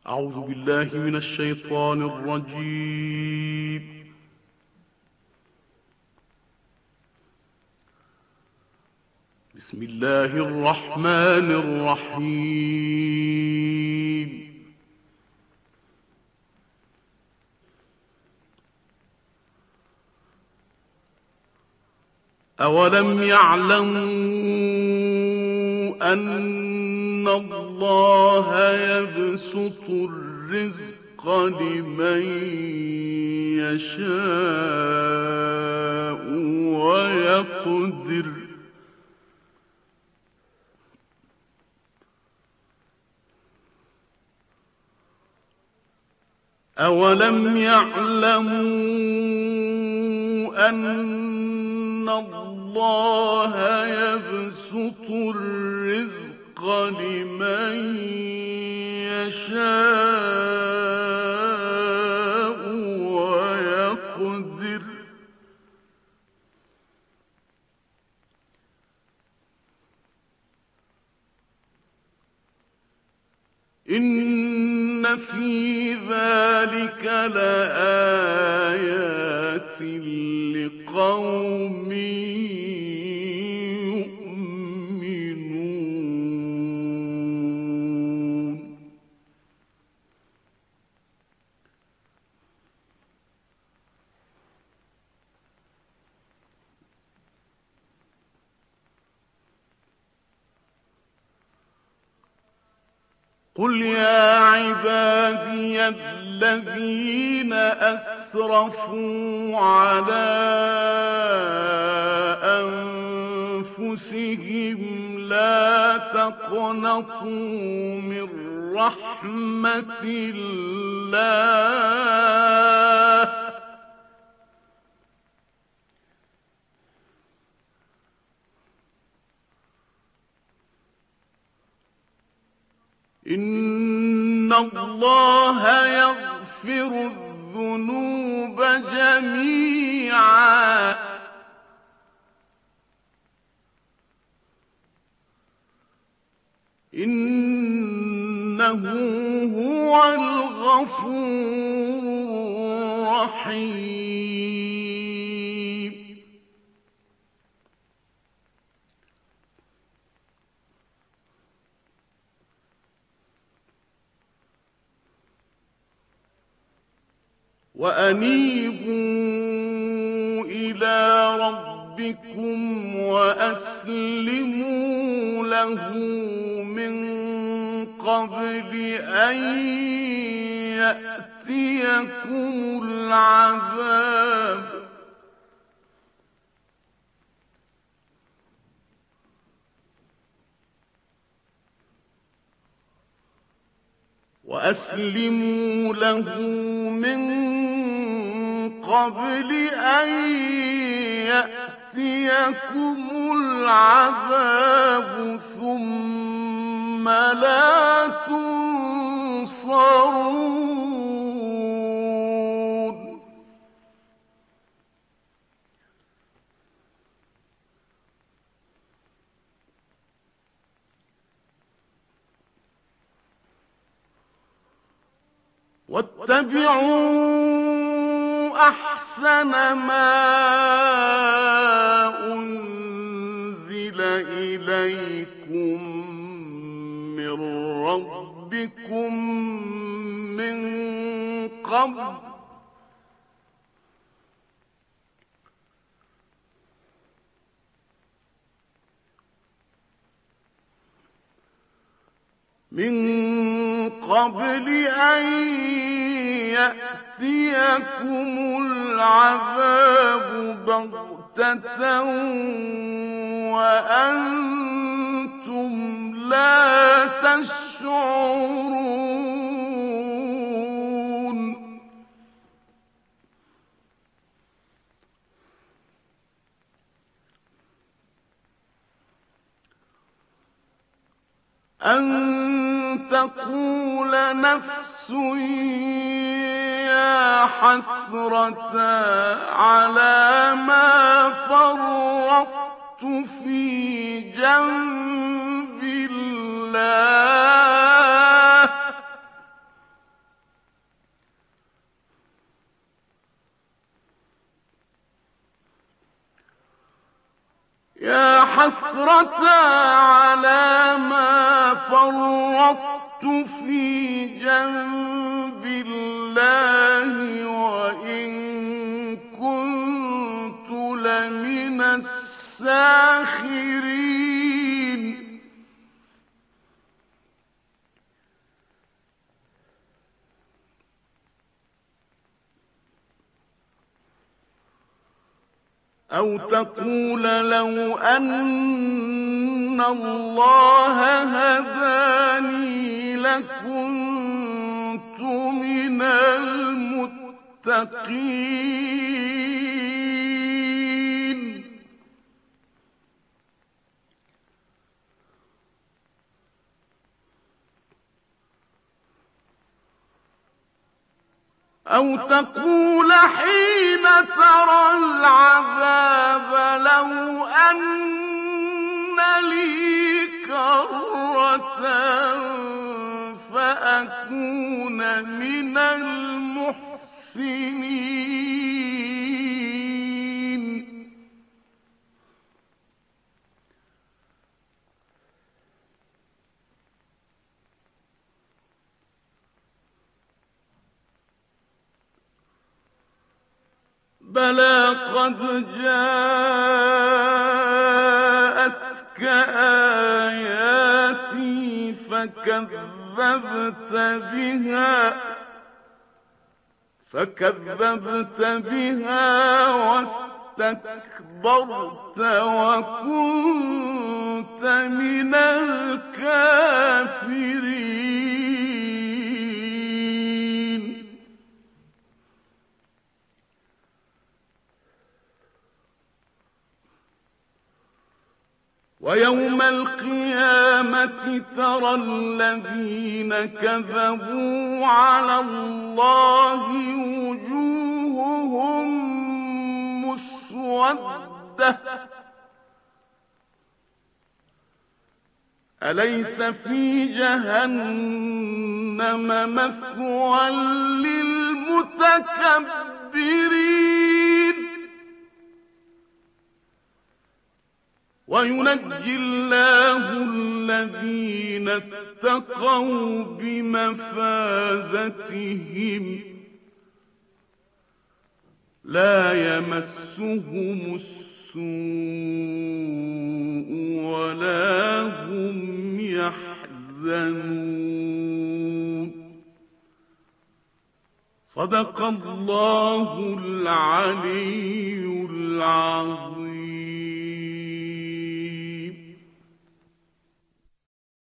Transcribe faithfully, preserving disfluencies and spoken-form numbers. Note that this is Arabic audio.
أعوذ بالله من الشيطان الرجيم. بسم الله الرحمن الرحيم. أولم يعلموا أن الله يبسط الرزق لمن يشاء ويقدر أولم يعلموا أن الله يبسط الرزق لمن يشاء ويقدر إن في ذلك لآيات لقوم يؤمنون. قل يا عبادي الذين أسرفوا على أنفسهم لا تقنطوا من رحمة الله إن الله يغفر الذنوب جميعا إنه هو الغفور الرحيم. وأنيبوا إلى ربكم وأسلموا له من قبل أن يأتيكم العذاب وأسلموا له من قبل أن يأتيكم العذاب ثم لا تنصرون. واتبعوا أحسن ما أنزل إليكم من ربكم من قبل من قبل أن يأتيكم العذاب بغتة وأنتم لا تشعرون. أن تقول نفس يا حسرة على ما فرطت في جنب الله حسرة على ما فرطت في جنب الله وإن كنت لمن الساخرين أو تقول لو أن الله هداني لكنت من المتقين أو تقول حين ترى العذاب لو أن لي كرة فأكون من المحسنين بلى قد جاءتك آياتي فكذبت بها فكذبت بها واستكبرت وكنت من الكافرين ويوم القيامة ترى الذين كذبوا على الله وجوههم مسودة أليس في جهنم مثوى للمتكبرين وينجي الله الذين اتقوا بمفازتهم لا يمسهم السوء ولا هم يحزنون صدق الله العلي العظيم.